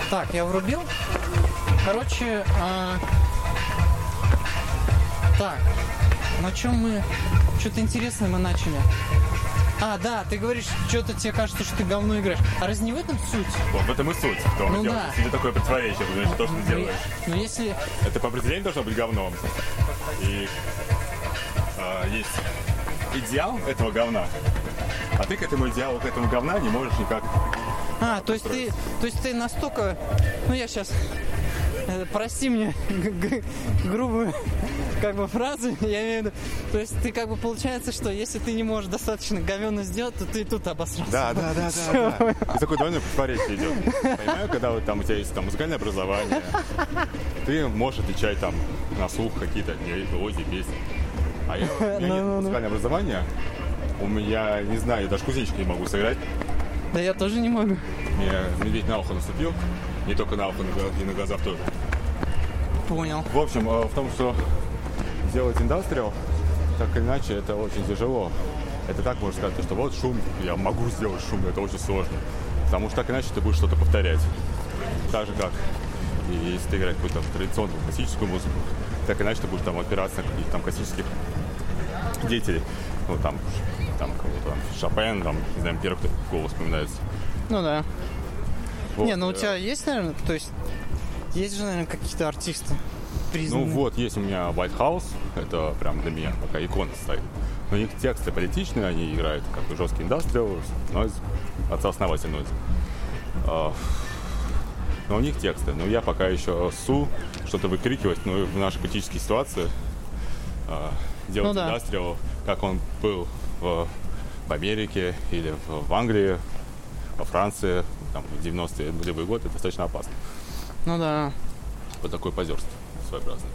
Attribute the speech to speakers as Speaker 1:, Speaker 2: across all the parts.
Speaker 1: Так, я врубил. Короче, так, на чем мы... Что-то интересное мы начали. Да, ты говоришь, что-то тебе кажется, что ты говно играешь. А разве не в этом суть?
Speaker 2: Вот в этом и суть.
Speaker 1: Ну да.
Speaker 2: Тебе такое противоречие, потому что то, что ты делаешь.
Speaker 1: Ну если...
Speaker 2: Это по определению должно быть говном. И есть идеал этого говна. А ты к этому идеалу, к этому говна не можешь никак...
Speaker 1: то есть ты настолько... Ну я сейчас... Прости мне грубую фразу, я имею в виду, то есть ты получается, что если ты не можешь достаточно говёно сделать, то ты тут обосрался.
Speaker 2: Да. И такое двойное противоречие идет. Понимаю, когда вот, там, у тебя есть музыкальное образование, ты можешь отвечать на слух какие-то мелодии, песни. А у меня нет музыкального образования, у меня, не знаю, я даже кузнечика не могу сыграть.
Speaker 1: Да я тоже не могу.
Speaker 2: Мне медведь на ухо наступил, не только на ухо, и на глаза тоже.
Speaker 1: Понял.
Speaker 2: В общем, в том, что делать индастриал, так или иначе, это очень тяжело. Это так можно сказать, что вот шум, я могу сделать шум, это очень сложно. Потому что так иначе ты будешь что-то повторять. Так же, как и если ты играешь какую-то традиционную классическую музыку, так иначе ты будешь опираться на каких-то классических деятелей. Ну, там кого-то, Шопен, не знаю, первый, кто в голову вспоминается.
Speaker 1: Ну да.
Speaker 2: Вот,
Speaker 1: Не, ну у тебя есть, наверное, то есть есть же, наверное, какие-то артисты признанные.
Speaker 2: Ну вот, есть у меня White House, это прям для меня пока икона стоит. Но у них тексты политичные, они играют как жесткий индастриал, нойз, отца-основатель нойз. Но у них тексты. Но я пока еще что-то выкрикивать, но в нашей политической ситуации делать индастриал, как он был в Америке или в Англии, во Франции, в 90-е нулевые годы, это достаточно опасно.
Speaker 1: Ну да.
Speaker 2: Вот такое позерство своеобразное.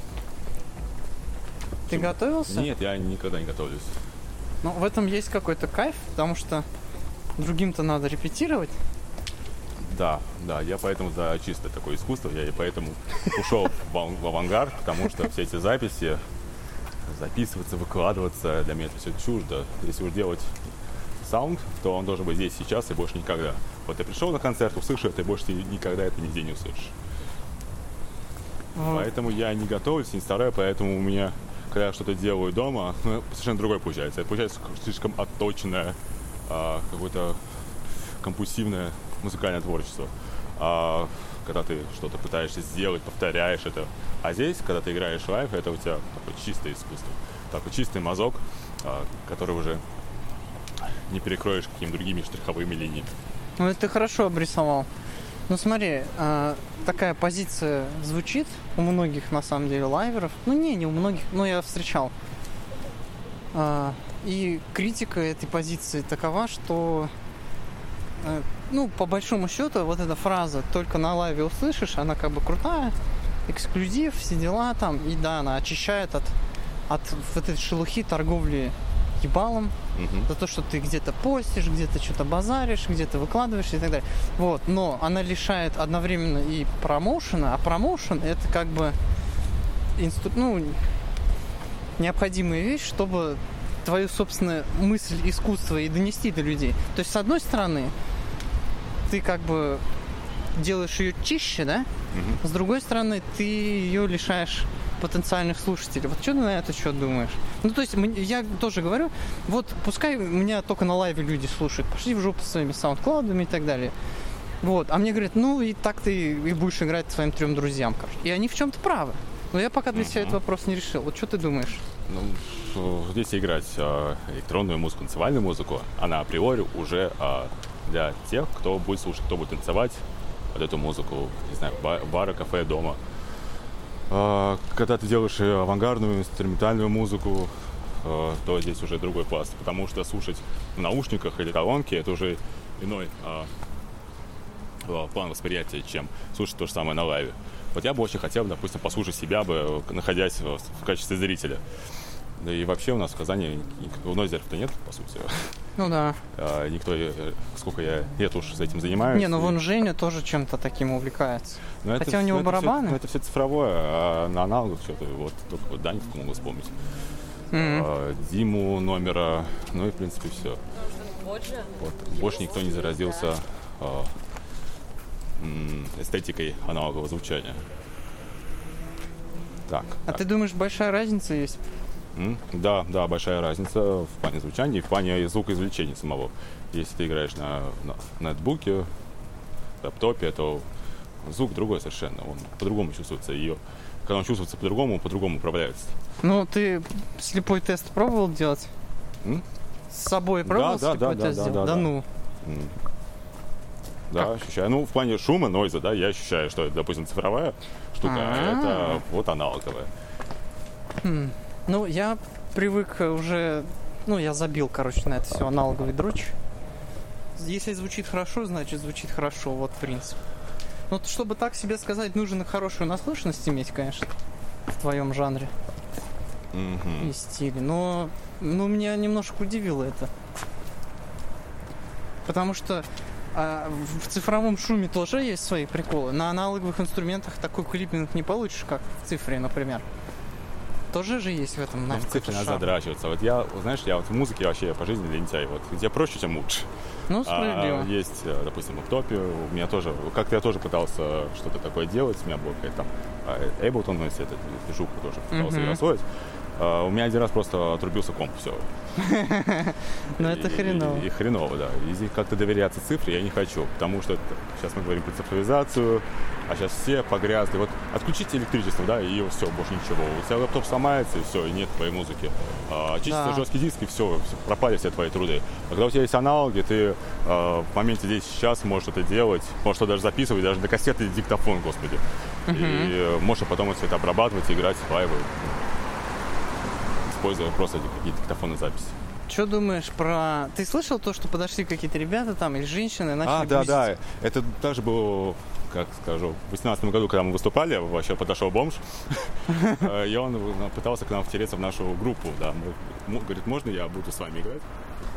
Speaker 1: Ты готовился?
Speaker 2: Нет, я никогда не готовлюсь.
Speaker 1: Ну, в этом есть какой-то кайф, потому что другим-то надо репетировать.
Speaker 2: Да, я поэтому за чистое такое искусство, я и поэтому ушел в авангард, потому что все эти записи, записываться, выкладываться, для меня это все чуждо. Если уж делать саунд, то он должен быть здесь, сейчас и больше никогда. Вот ты пришел на концерт, услышал это, и больше ты никогда это нигде не услышишь. Поэтому я не готовлюсь, не стараюсь, поэтому у меня, когда я что-то делаю дома, совершенно другое получается. Это получается слишком отточенное, какое-то компульсивное музыкальное творчество. Когда ты что-то пытаешься сделать, повторяешь это. А здесь, когда ты играешь лайв, это у тебя такое чистое искусство. Такой чистый мазок, который уже не перекроешь какими-то другими штриховыми линиями.
Speaker 1: Ну, это ты хорошо обрисовал. Ну, смотри, такая позиция звучит у многих, на самом деле, лайверов. Ну, не у многих, но я встречал. И критика этой позиции такова, что, по большому счету, вот эта фраза «только на лайве услышишь», она крутая, эксклюзив, все дела там. И да, она очищает от вот этой шелухи торговли ебалом, за то, что ты где-то постишь, где-то что-то базаришь, где-то выкладываешь и так далее. Вот, но она лишает одновременно и промоушена, а промоушен это необходимая вещь, чтобы твою собственную мысль, искусство и донести до людей. То есть, с одной стороны, ты делаешь ее чище, да? С другой стороны, ты ее лишаешь потенциальных слушателей. Вот что ты на это счет думаешь? Ну, то есть, я тоже говорю, вот пускай меня только на лайве люди слушают, пошли в жопу со своими саундклаудами и так далее. Вот. А мне говорят, и так ты и будешь играть своим 3 друзьям. И они в чем-то правы. Но я пока для себя этот вопрос не решил. Вот что ты думаешь?
Speaker 2: Если играть электронную музыку, танцевальную музыку, она априори уже для тех, кто будет слушать, кто будет танцевать вот эту музыку, не знаю, бары, кафе, дома. Когда ты делаешь авангардную инструментальную музыку, то здесь уже другой пласт, потому что слушать в наушниках или колонке это уже иной план восприятия, чем слушать то же самое на лайве. Вот я бы очень хотел, допустим, послушать себя бы, находясь в качестве зрителя. Да и вообще у нас в Казани нойзеров-то нет, по сути.
Speaker 1: Ну да.
Speaker 2: Никто, сколько я лет уж с этим занимаюсь.
Speaker 1: Вон Женя тоже чем-то таким увлекается. Хотя у него барабаны.
Speaker 2: Это все цифровое, а на аналогах что-то, только Даньку могу вспомнить. Диму номера, и в принципе все. Больше никто не заразился эстетикой аналогового звучания. Так.
Speaker 1: А ты думаешь, большая разница есть?
Speaker 2: Да, большая разница в плане звучания и в плане звукоизвлечения самого. Если ты играешь на ноутбуке, лэптопе, то звук другой совершенно. Он по-другому чувствуется. И когда он чувствуется по-другому управляется.
Speaker 1: Ну, ты слепой тест пробовал делать? С собой пробовал слепой тест делать? Да ну.
Speaker 2: Да, ощущаю. Ну, в плане шума, нойза, да, я ощущаю, что это, допустим, цифровая штука, а это вот аналоговая.
Speaker 1: Ну, я привык уже... Ну, я забил, на это все аналоговый дрочь. Если звучит хорошо, значит звучит хорошо, вот принцип. Ну, чтобы так себе сказать, нужно хорошую наслышанность иметь, конечно, в твоем жанре и стиле. Но меня немножко удивило это. Потому что в цифровом шуме тоже есть свои приколы. На аналоговых инструментах такой клиппинг не получишь, как в цифре, например. Тоже же есть в этом,
Speaker 2: в цифре надо задрачиваться. Вот я в музыке вообще по жизни лентяй. Вот где проще, тем лучше.
Speaker 1: Ну, справедливо.
Speaker 2: Есть, допустим, в лэптопе. У меня тоже, как-то я тоже пытался что-то такое делать. У меня был какая-то там Ableton, но если это движуху тоже пытался ее освоить. У меня один раз просто отрубился комп, все.
Speaker 1: Ну, это хреново.
Speaker 2: И хреново, да. И здесь как-то доверяться цифре я не хочу, потому что сейчас мы говорим про цифровизацию, а сейчас все погрязли. Вот отключите электричество, да, и все, больше ничего. У тебя лэптоп сломается, и все, и нет твоей музыки. Очистится жесткий диск, и все, пропали все твои труды. А когда у тебя есть аналоги, ты в моменте здесь сейчас можешь это делать, можешь что даже записывать, даже на кассеты диктофон, господи. И можешь потом все это обрабатывать, играть в лайвы, используя просто какие-то диктофонные записи.
Speaker 1: Что думаешь про... Ты слышал то, что подошли какие-то ребята там или женщины, начали грузить?
Speaker 2: Да. Это также было, как скажу, в 2018 году, когда мы выступали, вообще подошел бомж, и он пытался к нам втереться в нашу группу. Да. Говорит, можно я буду с вами играть?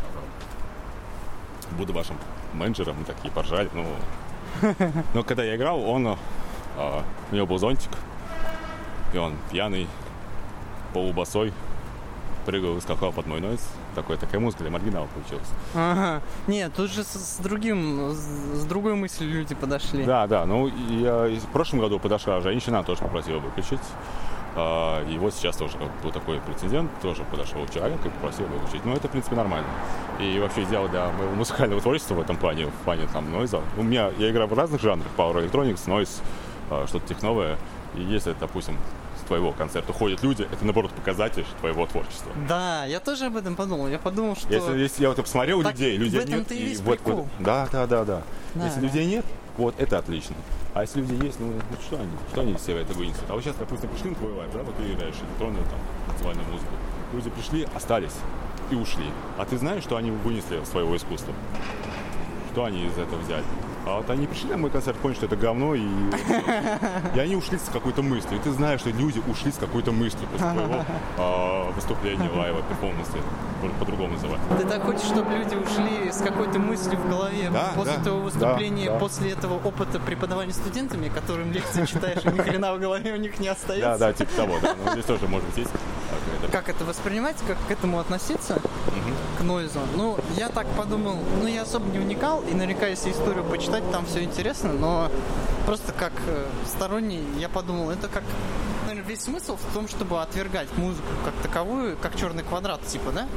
Speaker 2: Буду вашим менеджером. Мы такие поржали. Но когда я играл, у него был зонтик, и он пьяный, полубосой, прыгал и скакал под мой нойз. Такая музыка для маргинала получилась.
Speaker 1: Ага. Нет, тут же с другой мыслью люди подошли.
Speaker 2: Да. В прошлом году подошла женщина, тоже попросила выключить. И вот сейчас тоже был такой прецедент, тоже подошел человек и попросил выключить. Но это, в принципе, нормально. И вообще идеал для моего музыкального творчества в этом плане, в плане там нойза. Я играю в разных жанрах, Power Electronics, нойз, что-то техновое. И если, допустим, твоего концерта ходят люди, это, наоборот, показатель твоего творчества.
Speaker 1: Да, я тоже об этом подумал. Я подумал, что...
Speaker 2: Если я вот посмотрел людей
Speaker 1: в этом
Speaker 2: нет.
Speaker 1: И весь прикол.
Speaker 2: Да. Если людей нет, вот это отлично. А если люди есть, что они из себя это вынесут? А вот сейчас, допустим, пришли на твой лайв, да, вот ты играешь электронную, там, танцевальную музыку. Люди пришли, остались и ушли. А ты знаешь, что они вынесли своего искусства? Что они из этого взяли? А вот они пришли на мой концерт, поняли, что это говно, и они ушли с какой-то мыслью. И ты знаешь, что люди ушли с какой-то мыслью после твоего выступления, лайва, перформанса, по-другому называть.
Speaker 1: Ты так хочешь, чтобы люди ушли с какой-то мыслью в голове после твоего выступления, после этого опыта преподавания студентами, которым лекции читаешь, и ни хрена в голове у них не остается?
Speaker 2: Да, типа того, да. Но здесь тоже может быть есть.
Speaker 1: Как это воспринимать, как к этому относиться, к нойзу? Я так подумал, я особо не вникал, и наверняка, если историю почитать, там все интересно, но просто как сторонний я подумал, это как, наверное, весь смысл в том, чтобы отвергать музыку как таковую, как черный квадрат, типа, да?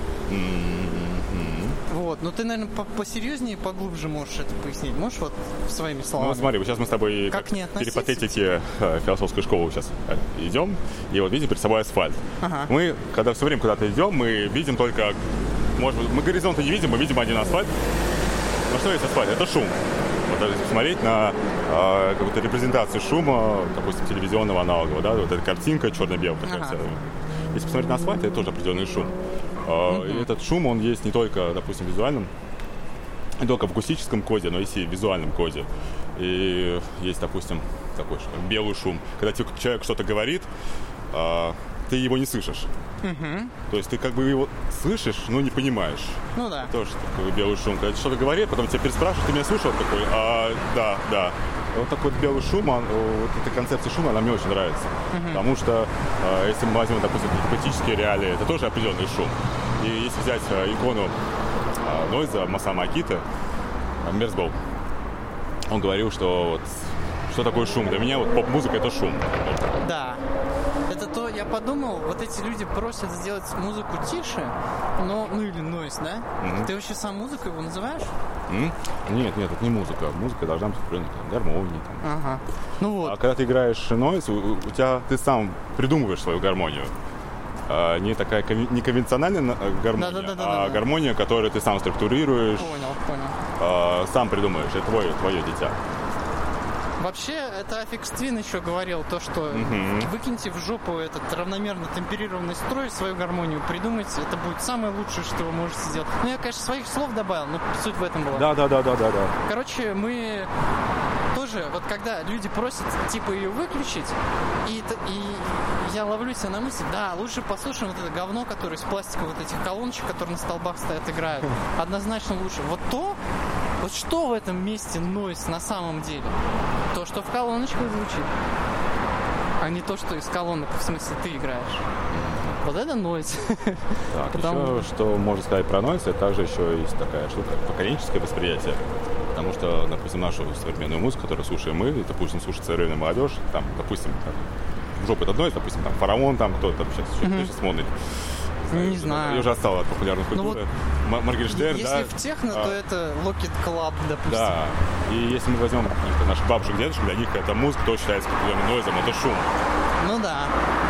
Speaker 1: Вот, но ты, наверное, посерьезнее, поглубже можешь это пояснить. Можешь вот своими словами?
Speaker 2: Смотри, вот сейчас мы с тобой как перипатетики философской школы сейчас идем, и вот видим перед собой асфальт. Ага. Мы, когда все время куда-то идем, мы видим только, может быть, мы горизонта не видим, мы видим один асфальт. Но что есть асфальт? Это шум. Вот если посмотреть на какую-то репрезентацию шума, допустим, телевизионного аналогового, да, вот эта картинка черно-белая. Если посмотреть на асфальт, это тоже определенный шум. И этот шум, он есть не только, допустим, в визуальном, не только в акустическом коде, но и в визуальном коде. И есть, допустим, такой белый шум. Когда тебе человек что-то говорит, ты его не слышишь. То есть ты как бы его слышишь, но не понимаешь.
Speaker 1: Ну да.
Speaker 2: Тоже такой белый шум. Когда что-то говорит, потом тебя переспрашивают, ты меня слушал? Такой, да. Вот такой вот белый шум, вот эта концепция шума, она мне очень нравится. Потому что, если мы возьмем, допустим, политические реалии, это тоже определенный шум. И если взять икону нойза Масама Акита, Мерзбол, он говорил, что вот, что такое шум. Для меня вот поп-музыка — это шум.
Speaker 1: Да. Это то, я подумал, вот эти люди просят сделать музыку тише, но, ну или нойз, да? Ты вообще сам музыку его называешь?
Speaker 2: Нет, это не музыка. Музыка должна быть определенной гармонии. Там.
Speaker 1: Ага. Ну вот.
Speaker 2: А когда ты играешь нойз, у тебя ты сам придумываешь свою гармонию. Не такая не конвенциональная гармония, а гармония, которую ты сам структурируешь.
Speaker 1: Понял.
Speaker 2: Сам придумаешь, это твое дитя.
Speaker 1: Вообще, это Аффикс Твин еще говорил, то, что выкиньте в жопу этот равномерно темперированный строй, свою гармонию придумайте, это будет самое лучшее, что вы можете сделать. Ну, я, конечно, своих слов добавил, но суть в этом была.
Speaker 2: Да.
Speaker 1: Короче, мы тоже, вот когда люди просят, типа, ее выключить, и я ловлю себя на мысли, да, лучше послушаем вот это говно, которое из пластиковых вот этих колоночек, которые на столбах стоят, играют. Однозначно лучше. Вот что в этом месте нойз на самом деле? То, что в колоночках звучит, а не то, что из колонок, в смысле, ты играешь. Вот это нойз.
Speaker 2: Так, еще что можно сказать про нойз, это также еще есть такая штука, поколенческое восприятие. Потому что, допустим, нашу современную музыку, которую слушаем мы, и, допустим, слушает современная молодежь, там, допустим, в жопу это нойз, допустим, там, Фараон, там, кто-то сейчас модный.
Speaker 1: Не знаю.
Speaker 2: Я уже отстал от популярной культуры.
Speaker 1: Вот
Speaker 2: Моргенштерн,
Speaker 1: если в техно, то это Lockheed Club, допустим.
Speaker 2: Да. И если мы возьмем наших бабушек, дедушек, для них это музыка тоже считается определенным нойзом, это шум.
Speaker 1: Ну да.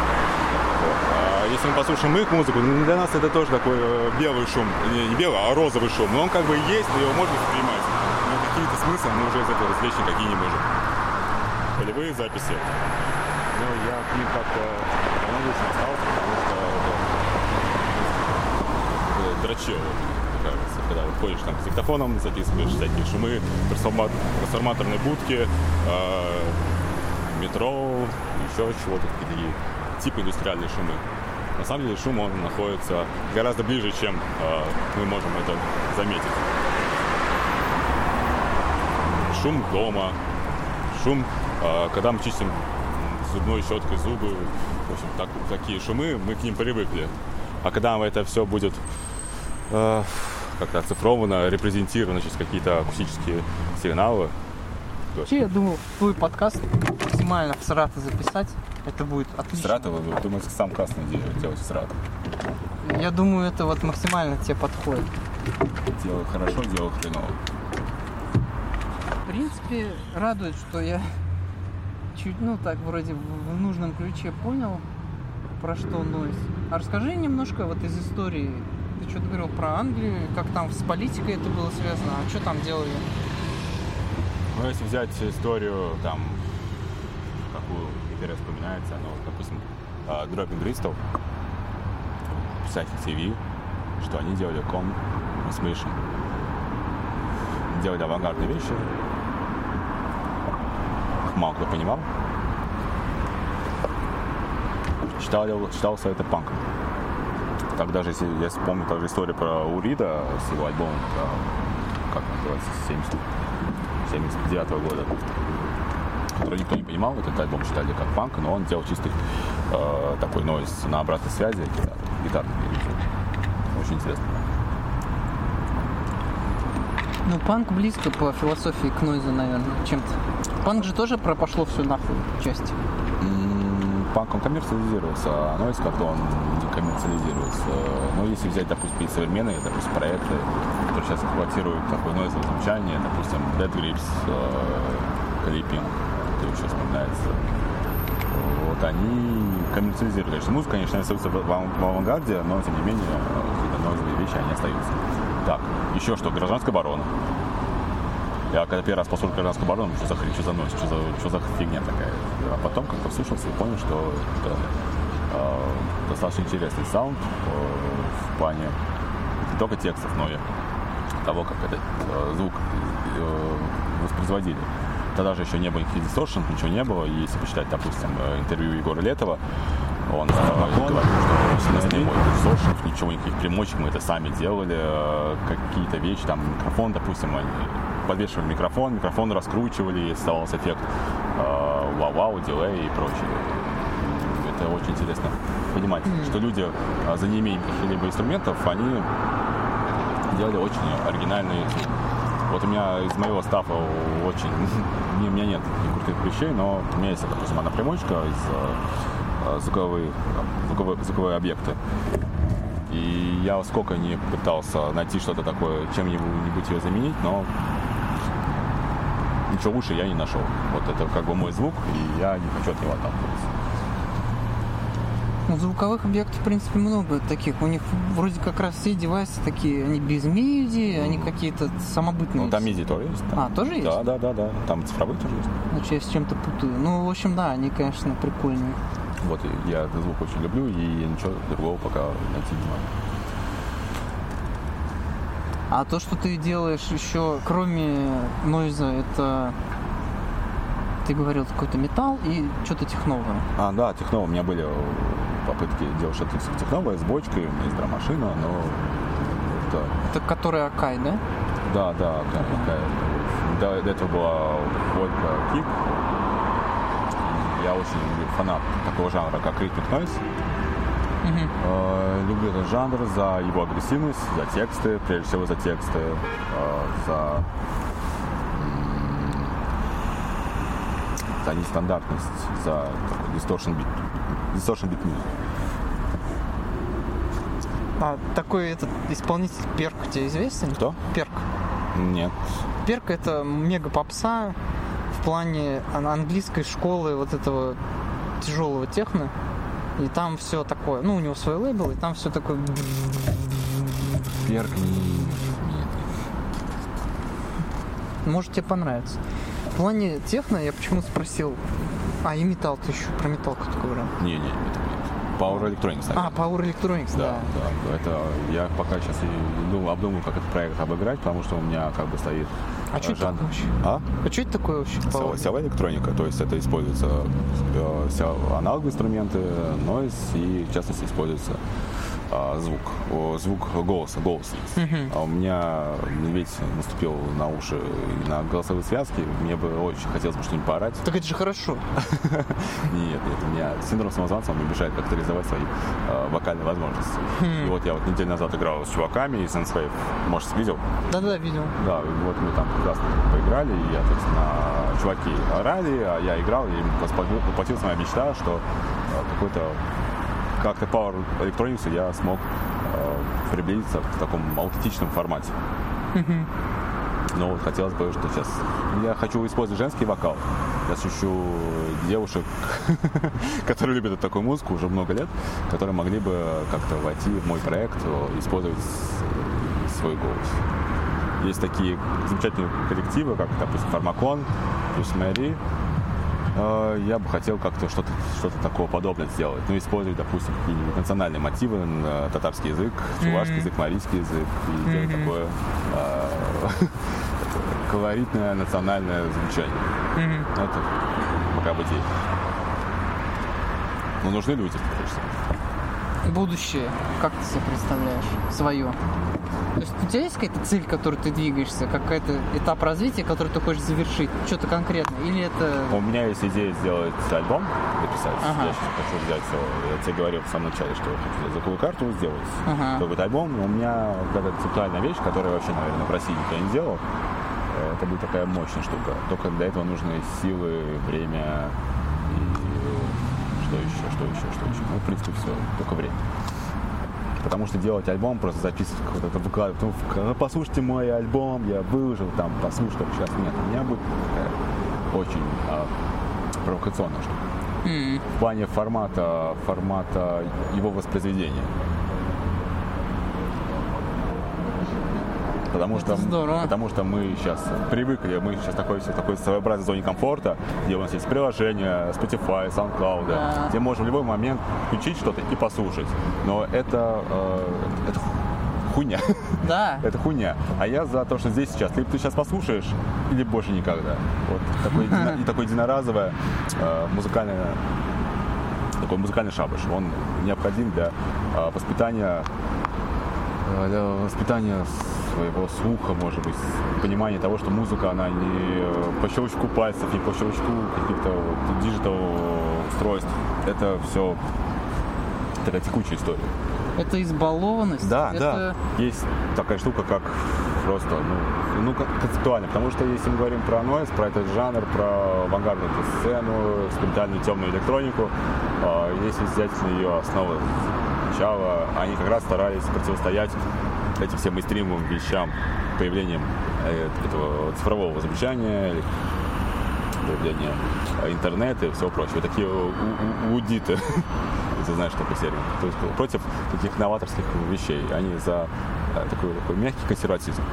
Speaker 2: А если мы послушаем их музыку, для нас это тоже такой белый шум. Не белый, а розовый шум. Но он как бы есть, но его можно воспринимать. Но какие-то смыслы мы уже из этого извлечь никакие не можем. Полевые записи. Но я к ним как-то равнодушно остался, потому что дрочил, кажется, когда выходишь там с диктофоном, записываешь всякие шумы, трансформаторные будки, метро, еще чего-то, такие типы индустриальные шумы. На самом деле шум, он находится гораздо ближе, чем мы можем это заметить. Шум дома, шум, когда мы чистим зубной щеткой зубы, в общем, такие шумы, мы к ним привыкли. А когда это все будет как-то оцифровано, репрезентировано через какие-то акустические сигналы.
Speaker 1: Вообще, я думал, твой подкаст максимально в Саратов записать. Это будет отлично.
Speaker 2: Саратов? Вы думаете, сам каст делать в Саратов?
Speaker 1: Я думаю, это вот максимально тебе подходит.
Speaker 2: Делаю хорошо, делаю хреново.
Speaker 1: В принципе, радует, что я чуть, так, вроде в нужном ключе понял, про что нойз. А расскажи немножко вот из истории. Ты что-то говорил про Англию, как там с политикой это было связано, а что там делали?
Speaker 2: Ну, если взять историю, там, какую теперь вспоминается, допустим, Dropping Bristol, писатель TV, что они делали Smashing. Делали авангардные вещи. Мало кто понимал. Считался это панком. Так даже, если я вспомню также историю про Урида с его альбомом, как называется, 79 года, который никто не понимал, этот альбом считали как панк, но он делал чистый такой нойз на обратной связи, гитарный ритм. Очень интересно.
Speaker 1: Ну, панк близко по философии к нойзу, наверное, чем-то. Панк же тоже пошло все нахуй части.
Speaker 2: Панк, он коммерциализировался, а нойз как-то он не коммерциализируется. Но если взять, допустим, современные, допустим, проекты, которые сейчас эксплуатируют такое нойзовое звучание, допустим, Dead Grips, Clipping, это еще вспоминается. Вот они коммерциализируют. Конечно, музыка, конечно, остается в авангарде, но, тем не менее, какие-то нойзовые вещи, они остаются. Так, еще что, гражданская оборона. Я когда первый раз послушал гражданскую оборону, что за хрень, что за нойз, что за фигня такая. А потом как-то вслушался и понял, что это достаточно интересный саунд в плане не только текстов, но и того, как этот звук воспроизводили. Тогда же еще не было никаких дисторшн, ничего не было. И если почитать, допустим, интервью Егора Летова, он говорит, что у нас не было дисторшн, ничего, никаких примочек, мы это сами делали, какие-то вещи, там микрофон, допустим, подвешивали микрофон раскручивали, и оставался эффект вау-вау, дилей и прочее. Это очень интересно понимать, что люди за неимением каких-либо инструментов, они делали очень оригинальный звук. Вот у меня из моего стафа очень... У меня нет крутых вещей, но у меня есть, допустим, одна примочка из звуковые объекты. И я сколько не пытался найти что-то такое, чем-нибудь ее заменить, но ничего лучше я не нашел. Вот это как бы мой звук, и я не хочу от него отталкиваться.
Speaker 1: Ну, звуковых объектов, в принципе, много таких. У них вроде как раз все девайсы такие, они без MIDI, они какие-то самобытные.
Speaker 2: Ну, там MIDI тоже есть. Там.
Speaker 1: Тоже есть?
Speaker 2: Да. Там цифровые тоже есть.
Speaker 1: Значит, я с чем-то путаю. Ну, в общем, да, они, конечно, прикольные.
Speaker 2: Вот, я этот звук очень люблю, и ничего другого пока найти не могу.
Speaker 1: А то, что ты делаешь еще, кроме нойза, это... Ты говорил, какой-то металл и что-то техновое.
Speaker 2: Да, техновое. У меня были попытки делать что-то техновое с бочкой, у меня есть драм-машина, но...
Speaker 1: Это которая Акай, да?
Speaker 2: Да, Акай. До этого была Волька Кик. Я очень фанат такого жанра, как Rhythmic Noise. Люблю этот жанр за его агрессивность, за тексты, прежде всего за тексты, за нестандартность, за distortion beat music.
Speaker 1: А такой этот исполнитель Перк тебе известен?
Speaker 2: Кто?
Speaker 1: Перк.
Speaker 2: Нет.
Speaker 1: Перк — это мега-попса в плане английской школы вот этого тяжелого техно. И там все такое, у него свой лейбл, и там все такое...
Speaker 2: Перк нет.
Speaker 1: Может, тебе понравится. В плане техно я почему спросил... и металл, ты еще про металл кто говорил?
Speaker 2: Не, Power Electronics.
Speaker 1: Power Electronics, да.
Speaker 2: Это я пока сейчас обдумываю, как этот проект обыграть, потому что у меня как бы стоит
Speaker 1: что это такое вообще? Что это такое вообще?
Speaker 2: Силовая электроника, то есть это используются аналоговые инструменты, noise, и в частности используется звук голоса. А у меня медведь наступил на уши и на голосовые связки. Мне бы очень хотелось бы что-нибудь поорать.
Speaker 1: Так это же хорошо.
Speaker 2: Нет, у меня синдром самозванца, он мне мешает как-то реализовать свои вокальные возможности. И вот я неделю назад играл с чуваками из Enswave. Может, видел?
Speaker 1: Да, видел.
Speaker 2: Да, и вот мы там прекрасно поиграли, и чуваки орали, а я играл, и воплотилась моя мечта, что как-то Power Electronics я смог приблизиться к такому аутентичному формате. Но вот хотелось бы, что сейчас... Я хочу использовать женский вокал. Я ищу девушек, которые любят такую музыку уже много лет, которые могли бы как-то войти в мой проект, использовать свой голос. Есть такие замечательные коллективы, как, допустим, Фармакон, плюс Мэри. Я бы хотел как-то что-то такого подобное сделать. Использовать, допустим, какие-нибудь национальные мотивы, татарский язык, чувашский язык, марийский язык, и делать такое колоритное национальное звучание. Это пока бы идея. Но нужны люди, конечно.
Speaker 1: Будущее, как ты себе представляешь? Свое. То есть у тебя есть какая-то цель, к которой ты двигаешься, какой-то этап развития, который ты хочешь завершить, что-то конкретное, или это...
Speaker 2: У меня есть идея сделать альбом, написать. Я сейчас хочу взять, я тебе говорил в самом начале, что я хочу взять звуковую карту сделать, какой-то альбом. У меня какая-то концептуальная вещь, которую вообще, наверное, в России никто не делал. Это будет такая мощная штука. Только для этого нужны силы, время и что еще. В принципе, все, только время. Потому что делать альбом, просто записывать какой-то выкладывать. Послушайте мой альбом, я выложил там, послушайте. Сейчас нет. У меня будет такая очень провокационная штука. В плане формата его воспроизведения. Потому что мы сейчас привыкли, мы сейчас в такой своеобразной зоне комфорта, где у нас есть приложение, Spotify, SoundCloud, где можем в любой момент включить что-то и послушать. Но это хуйня.
Speaker 1: Да.
Speaker 2: Это хуйня. А я за то, что здесь сейчас. Либо ты сейчас послушаешь, или больше никогда. Вот такой единоразовый музыкальный шабаш. Он необходим для воспитания своего слуха, может быть, понимание того, что музыка, она не по щелчку пальцев, не по щелчку каких-то диджитал устройств. Это все такая текучая история.
Speaker 1: Это избалованность?
Speaker 2: Да. Есть такая штука, как просто, концептуально. Потому что если мы говорим про нойз, про этот жанр, про авангардную сцену, экспериментальную темную электронику, если взять ее основу начала, они как раз старались противостоять этим всем мейнстримовым вещам, появлением этого цифрового звучания, появления интернета и всего прочего. Такие лудиты, ты знаешь такой термин. То есть против таких новаторских вещей. Они за такой мягкий консерватизм.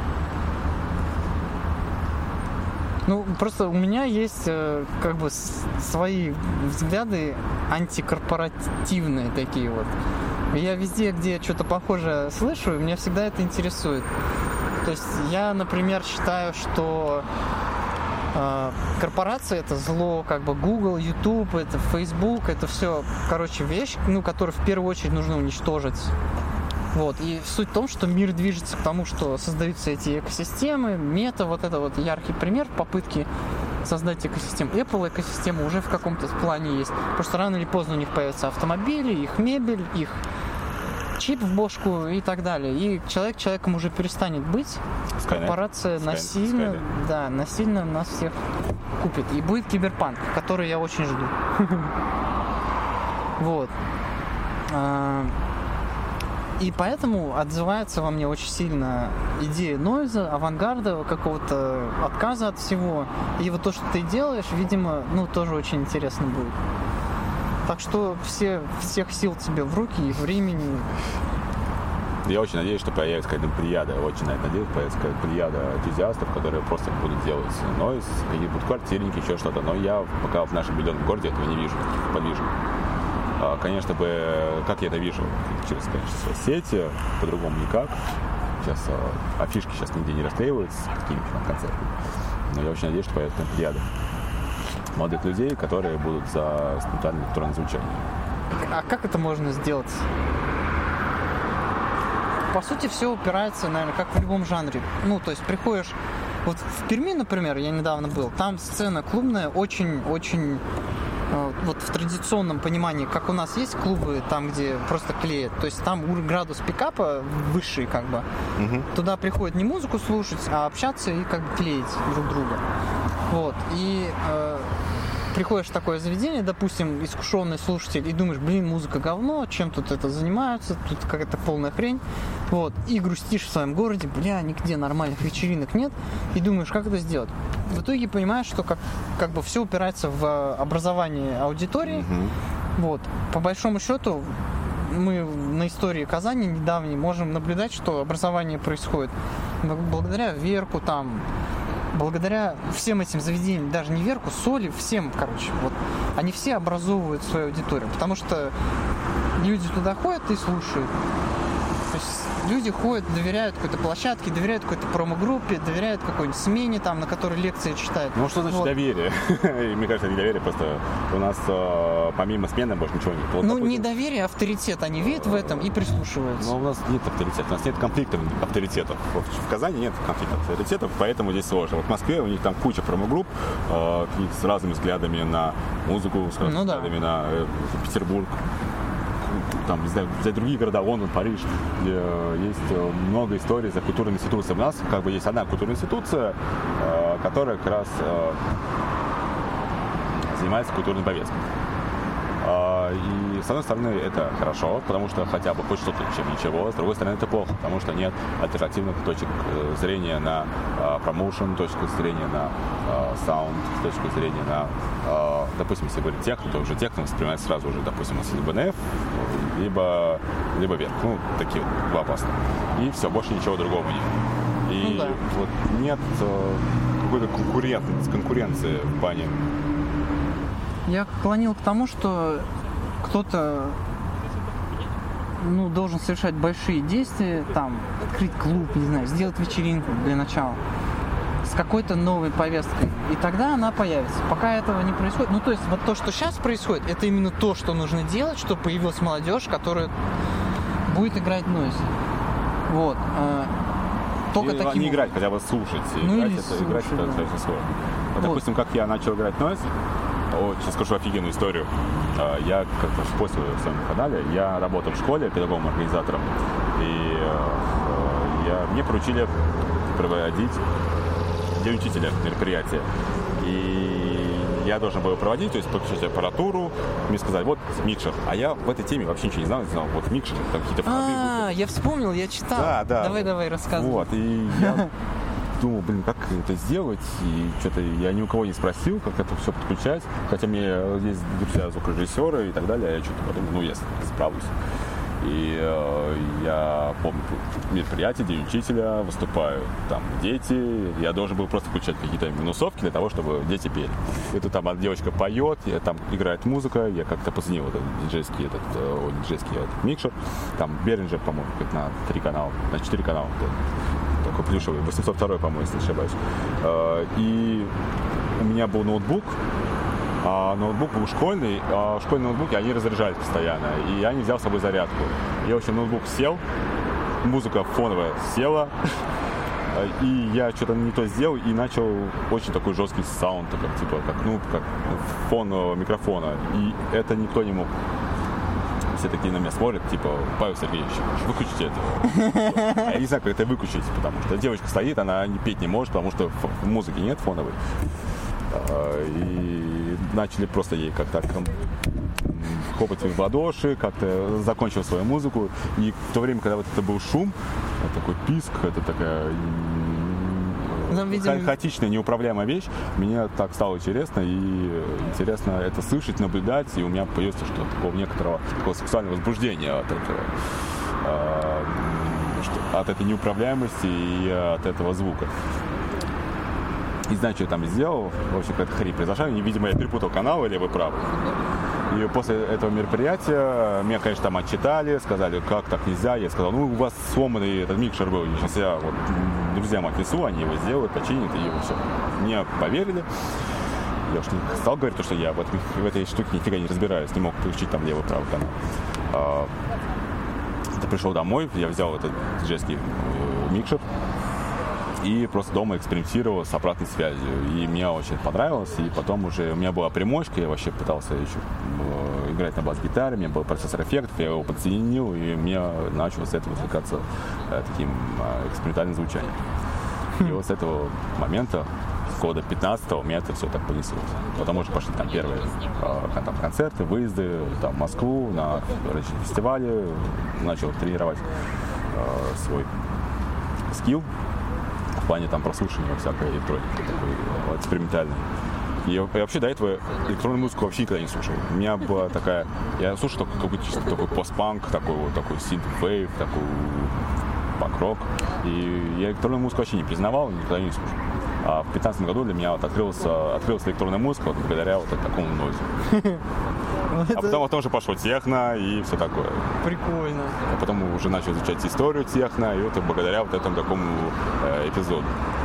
Speaker 1: Просто у меня есть как бы свои взгляды антикорпоративные такие вот. Я везде, где что-то похожее слышу, меня всегда это интересует. То есть я, например, считаю, что корпорация — это зло, как бы Google, YouTube, это Facebook, это все, вещь, которую в первую очередь нужно уничтожить. Вот. И суть в том, что мир движется к тому, что создаются эти экосистемы. Мета, это яркий пример попытки создать экосистему. Apple экосистема уже в каком-то плане есть. Потому что рано или поздно у них появятся автомобили, их мебель, их чип в бошку и так далее. И человек человеком уже перестанет быть. Корпорация насильно нас всех купит. И будет киберпанк, который я очень жду. Вот. И поэтому отзывается во мне очень сильно идея нойза, авангарда, какого-то отказа от всего. И вот то, что ты делаешь, видимо, тоже очень интересно будет. Так что всех сил тебе в руки и времени.
Speaker 2: Я очень надеюсь, что появится какая-то плеяда, появится какая-то плеяда энтузиастов, которые просто будут делать нойз, какие будут квартирники, еще что-то. Но я пока в нашем миллионном городе этого не вижу, подвижу. Конечно бы, как я это вижу? Через, конечно, соцсети, по-другому никак. Сейчас афишки нигде не расклеиваются с какими-то концертами. Но я очень надеюсь, что появится плеяда молодых людей, которые будут за спонтанное электронное звучание.
Speaker 1: А как это можно сделать? По сути, все упирается, наверное, как в любом жанре. То есть приходишь... Вот в Перми, например, я недавно был, там сцена клубная очень-очень... Вот в традиционном понимании, как у нас есть клубы, там, где просто клеят, то есть там градус пикапа высший, как бы. Угу. Туда приходят не музыку слушать, а общаться и как бы клеить друг друга. Вот. И приходишь в такое заведение, допустим, искушенный слушатель, и думаешь, музыка говно, чем тут это занимаются, тут какая-то полная хрень. Вот. И грустишь в своем городе, нигде нормальных вечеринок нет. И думаешь, как это сделать? В итоге понимаешь, что как бы все упирается в образование аудитории. Вот. По большому счету, мы на истории Казани недавней можем наблюдать, что образование происходит благодаря Верку, благодаря всем этим заведениям, даже не Верку, Соли, всем, вот, они все образовывают свою аудиторию, потому что люди туда ходят и слушают. То есть люди ходят, доверяют какой-то площадке, доверяют какой-то промо-группе, доверяют какой-нибудь смене, на которой лекции читают.
Speaker 2: Что значит доверие? Мне кажется, не доверие, просто у нас помимо смены больше ничего нет.
Speaker 1: Не доверие, а авторитет. Они видят в этом и прислушиваются.
Speaker 2: Но у нас нет авторитета, у нас нет конфликтов авторитетов. В Казани нет конфликтов авторитетов, поэтому здесь сложно. Вот в Москве у них там куча промо-групп с разными взглядами на музыку, с разными взглядами на Петербург. Там, не знаю, взять другие города, Лондон, Париж, где есть много историй за культурные институции. У нас есть одна культурная институция, которая как раз занимается культурной повесткой. И с одной стороны это хорошо, потому что хотя бы хоть что-то, чем ничего. С другой стороны это плохо, потому что нет альтернативных точек зрения на промоушен, точек зрения на саунд, точки зрения на, допустим, если говорить техно, то уже техно воспринимается сразу уже, допустим, либо НФ, либо Верк. Такие два класса. И все, больше ничего другого нет. И нет какой-то конкуренции в плане.
Speaker 1: Я клонил к тому, что кто-то должен совершать большие действия, открыть клуб, не знаю, сделать вечеринку для начала с какой-то новой повесткой. И тогда она появится. Пока этого не происходит. То есть вот то, что сейчас происходит, это именно то, что нужно делать, чтобы появилась молодежь, которая будет играть нойз. Вот. Только таким образом.
Speaker 2: Не играть, хотя бы слушать. Играть это достаточно сложно. Допустим, как я начал играть нойз, сейчас скажу офигенную историю. Я как-то после в своем канале, я работал в школе педагогом-организатором, и мне поручили проводить День учителя мероприятие. И я должен был проводить, то есть подключать аппаратуру, мне сказали, вот микшер. А я в этой теме вообще ничего не знал, вот микшер, там какие-то входы.
Speaker 1: Я вспомнил, я читал.
Speaker 2: Да.
Speaker 1: Давай, рассказывай.
Speaker 2: Вот, и я думал, как это сделать, и что-то я ни у кого не спросил, как это все подключать, хотя мне есть друзья звукорежиссеры и так далее, я что-то подумал, я справлюсь. И я помню мероприятие, День учителя, выступаю, там дети, я должен был просто включать какие-то минусовки для того, чтобы дети пели. И тут там девочка поет, там играет музыка, я как-то позвонил этот диджейский микшер, там Behringer, по-моему, на 3 канала, на 4 канала. Такой плюшевый, 802, по-моему, если не ошибаюсь. И у меня был ноутбук, а ноутбук был школьный, а школьные ноутбуки, они разряжались постоянно, и я не взял с собой зарядку. И, в общем, ноутбук сел, музыка фоновая села, и я что-то не то сделал, и начал очень такой жесткий саунд, как фон микрофона, и это никто не мог. Все такие на меня смотрят, типа, Павел Сергеевич, выключите это. Я не знаю, как это выключить, потому что девочка стоит, она петь не может, потому что музыки нет фоновой. И начали просто ей как-то хлопать в ладоши, как-то закончил свою музыку. И в то время, когда вот это был шум, такой писк, это такая хаотичная, неуправляемая вещь, мне так стало интересно, и интересно это слышать, наблюдать, и у меня появилось что такого некоторого такого сексуального возбуждения от этого, от этой неуправляемости и от этого звука. Не знаю, что я там сделал. В общем, какая-то хрень произошла. Видимо, я перепутал каналы левый-правый. И после этого мероприятия меня, конечно, там отчитали, сказали, как так нельзя. Я сказал, у вас сломанный этот микшер был. Сейчас я вот друзьям отнесу, они его сделают, починят, и все. Мне поверили. Я уж не стал говорить, что я в этой штуке нифига не разбираюсь, не мог включить там левый-правый канал. Я пришел домой, я взял этот диджейский микшер и просто дома экспериментировал с обратной связью. И мне очень понравилось. И потом уже у меня была примочка, я вообще пытался еще играть на бас-гитаре, у меня был процессор эффектов, я его подсоединил, и мне начал с этого увлекаться таким экспериментальным звучанием. И вот с этого момента, года 15-го, у меня это все так понеслось. Потом уже пошли там первые концерты, выезды там, в Москву, на различные фестивали, начал тренировать свой скилл в плане там прослушивания всякой электроники, такой экспериментальной. И я вообще до этого электронную музыку вообще никогда не слушал. У меня была такая... Я слушал какой-то чисто такой постпанк, такой синт-вейв, такой панк-рок. И я электронную музыку вообще не признавал, никогда не слушал. А в 2015 году для меня вот открылась электронная музыка вот благодаря вот такому нойзу. А потом уже пошло техно и все такое.
Speaker 1: Прикольно.
Speaker 2: А потом уже начал изучать историю техно, и вот благодаря вот этому такому эпизоду.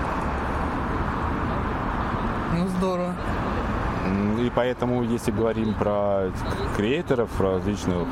Speaker 1: Ну, здорово.
Speaker 2: И поэтому, если говорим про креаторов различных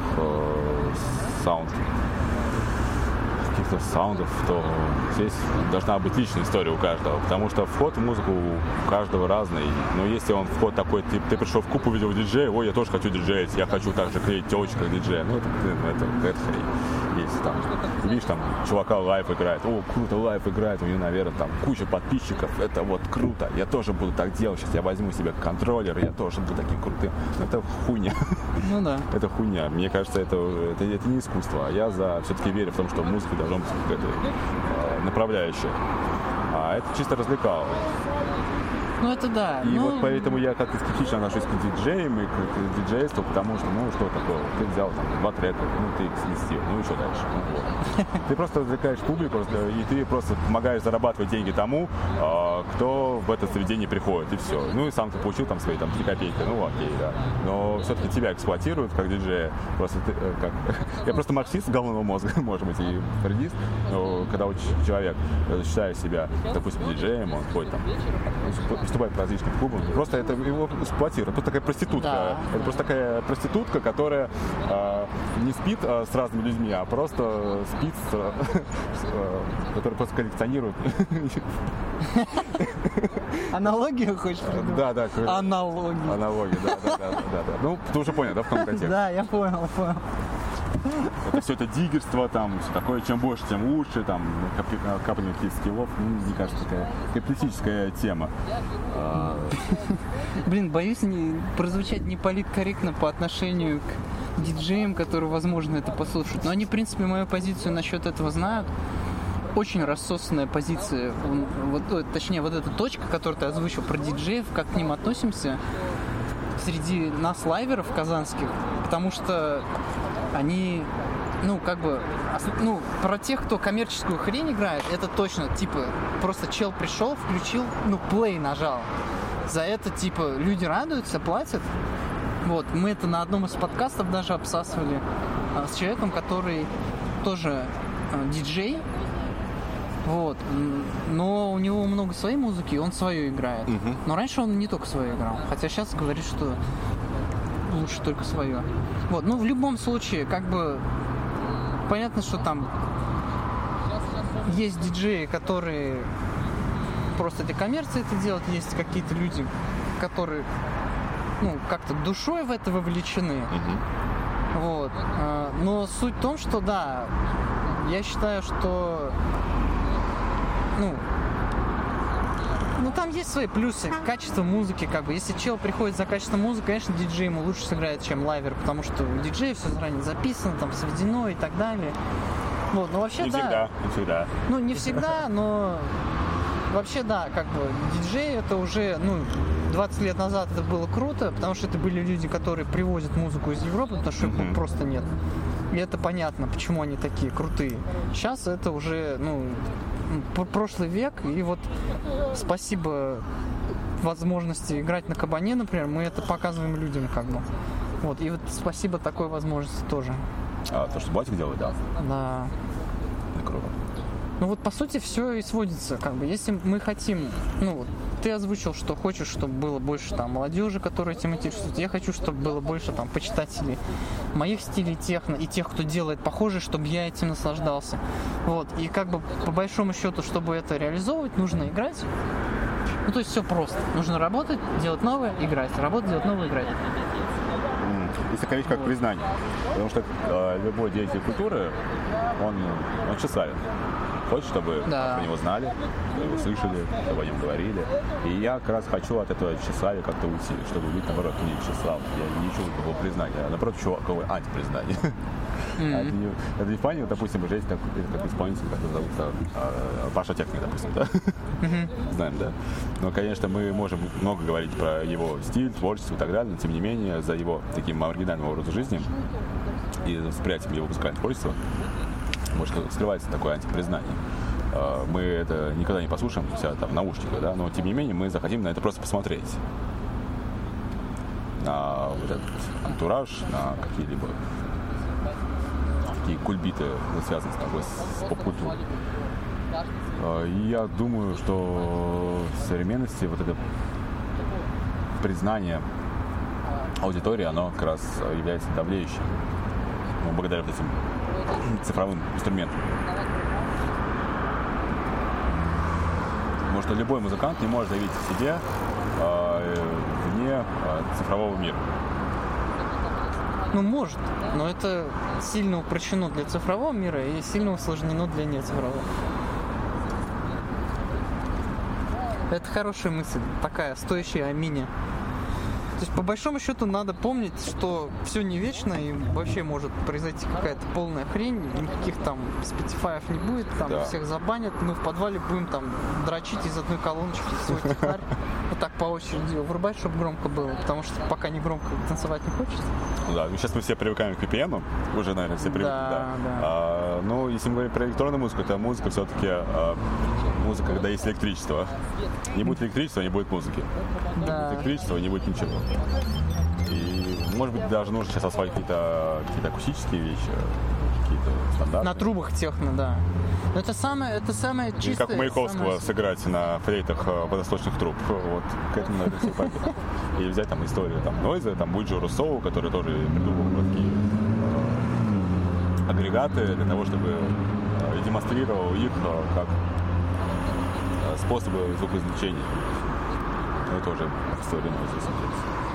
Speaker 2: каких-то саундов, то здесь должна быть личная история у каждого, потому что вход в музыку у каждого разный. Но если он вход такой, ты пришел в куб, увидел диджея, ой, я тоже хочу диджеять, я хочу так же клеить телочек, как диджея. Ну, это хрень. Если там, видишь, там, чувака лайв играет, о, круто, лайв играет, у него, наверное, там куча подписчиков, это вот круто, я тоже буду так делать, сейчас я возьму себе контроллер, я тоже буду таким крутым. Это хуйня.
Speaker 1: Ну да.
Speaker 2: Это хуйня. Мне кажется, это не искусство. А я все-таки верю в том, что музыка должна быть какая-то направляющая. А это чисто развлекало.
Speaker 1: Ну это да.
Speaker 2: И вот поэтому я как-то скептично отношусь к диджеям и к диджейству, потому что, что такое? Ты взял там 2 трека, ты их сместил, и что дальше? Вот. Ты просто развлекаешь публику, и ты просто помогаешь зарабатывать деньги тому, кто в это заведение приходит, и все. Ну и сам ты получил там свои 3 копейки, окей, да. Но все-таки тебя эксплуатируют как диджея. Просто я просто марксист головного мозга, может быть, и фрейдист, но когда человек считает себя, допустим, диджеем, он ходит там, выступает по различным клубам, просто это его эксплуатирует. Это просто такая проститутка. Да. Это просто такая проститутка, которая не спит с разными людьми, а просто спит которая просто коллекционирует.
Speaker 1: Аналогию хочешь придумать?
Speaker 2: Да.
Speaker 1: Аналогия,
Speaker 2: да. Ну, ты уже понял, да, в каком контексте?
Speaker 1: Да, я понял.
Speaker 2: это все это диггерство, там, все такое, чем больше, тем лучше, там, капание каких-то скиллов, мне кажется, такая капиталистическая тема.
Speaker 1: Блин, боюсь прозвучать неполиткорректно по отношению к диджеям, которые, возможно, это послушают. Но они, в принципе, мою позицию насчет этого знают. Очень рассосанная позиция, точнее, вот эта точка, которую ты озвучил про диджеев, как к ним относимся среди нас, лайверов казанских, потому что они, про тех, кто коммерческую хрень играет, это точно, типа, просто чел пришел, включил, плей нажал. За это, типа, люди радуются, платят. Вот, мы это на одном из подкастов даже обсасывали с человеком, который тоже диджей. Вот. Но у него много своей музыки, он свою играет. Но раньше он не только свою играл. Хотя сейчас говорит, что лучше только свое. Вот. В любом случае, понятно, что там есть диджеи, которые просто для коммерции это делают. Есть какие-то люди, которые как-то душой в это вовлечены. Вот. Но суть в том, что да, я считаю, что там есть свои плюсы. Качество музыки, если чел приходит за качеством музыки, конечно, диджей ему лучше сыграет, чем лайвер, потому что у диджея все заранее записано, там сведено и так далее. Вот, но вообще
Speaker 2: не всегда.
Speaker 1: Не всегда, но вообще да, диджей это уже, 20 лет назад это было круто, потому что это были люди, которые привозят музыку из Европы, потому что их просто нет. И это понятно, почему они такие крутые. Сейчас это уже, прошлый век, и вот спасибо возможности играть на кабане, например, мы это показываем людям Вот, и вот спасибо такой возможности тоже.
Speaker 2: То, что Батик делает, да?
Speaker 1: Да.
Speaker 2: Это круто.
Speaker 1: По сути, все и сводится, если мы хотим, ты озвучил, что хочешь, чтобы было больше молодежи, которая этим интересуется. Я хочу, чтобы было больше почитателей моих стилей техно и тех, кто делает похожее, чтобы я этим наслаждался. Вот. И по большому счету, чтобы это реализовывать, нужно играть. То есть все просто. Нужно работать, делать новое, играть. Работать, делать новое, играть.
Speaker 2: Есть такая вещь, как признание. Потому что любой деятель культуры, он тщеславен. Хочет, чтобы про него знали, его слышали, чтобы о нем говорили. И я как раз хочу от этого тщеславия как-то уйти, чтобы быть, наоборот, не тщеславным. Я не ищу такого признания, а наоборот, ищу какого антипризнания. Это не в плане, допустим, уже есть такой исполнитель, который зовут Паша Техник, допустим, да? Знаем, да? Но, конечно, мы можем много говорить про его стиль, творчество и так далее, но, тем не менее, за его таким маргинальным образом жизни и восприятием его музыкального творчества может скрывается такое антипризнание. Мы это никогда не послушаем у себя в наушниках, да, но тем не менее мы захотим на это просто посмотреть. На вот этот антураж, на какие-либо такие кульбиты, связанные с поп-культурой. И я думаю, что в современности вот это признание аудитории, оно как раз является давлеющим. Благодаря вот этим цифровым инструментам. Потому что любой музыкант не может заявить о себе вне цифрового мира.
Speaker 1: Может, но это сильно упрощено для цифрового мира и сильно усложнено для нецифрового. Это хорошая мысль, такая, стоящая о мине. То есть, по большому счету, надо помнить, что все не вечно, и вообще может произойти какая-то полная хрень, никаких специфаев не будет, всех забанят, мы в подвале будем дрочить из одной колоночки свой технарь, вот так по очереди вырубать, чтобы громко было, потому что пока не громко танцевать не хочется.
Speaker 2: Да, сейчас мы все привыкаем к VPN, уже, наверное, все привыкли, да. Но если мы говорим про электронную музыку, то музыка все-таки музыка, когда есть электричество. Не будет электричества, не будет музыки. Не будет электричества, не будет ничего. И, может быть, даже нужно сейчас освоить какие-то акустические вещи, какие-то стандартные.
Speaker 1: На трубах техно, да. Но это самое чистое.
Speaker 2: И как у Маяковского сыграть на флейтах водосточных труб. Вот к этому надо все пойти. И взять историю Нойза, Буджио Руссоу, который тоже придумал такие агрегаты для того, чтобы демонстрировал их как способы звукоизвлечения. Это уже история Нойза, если интересно.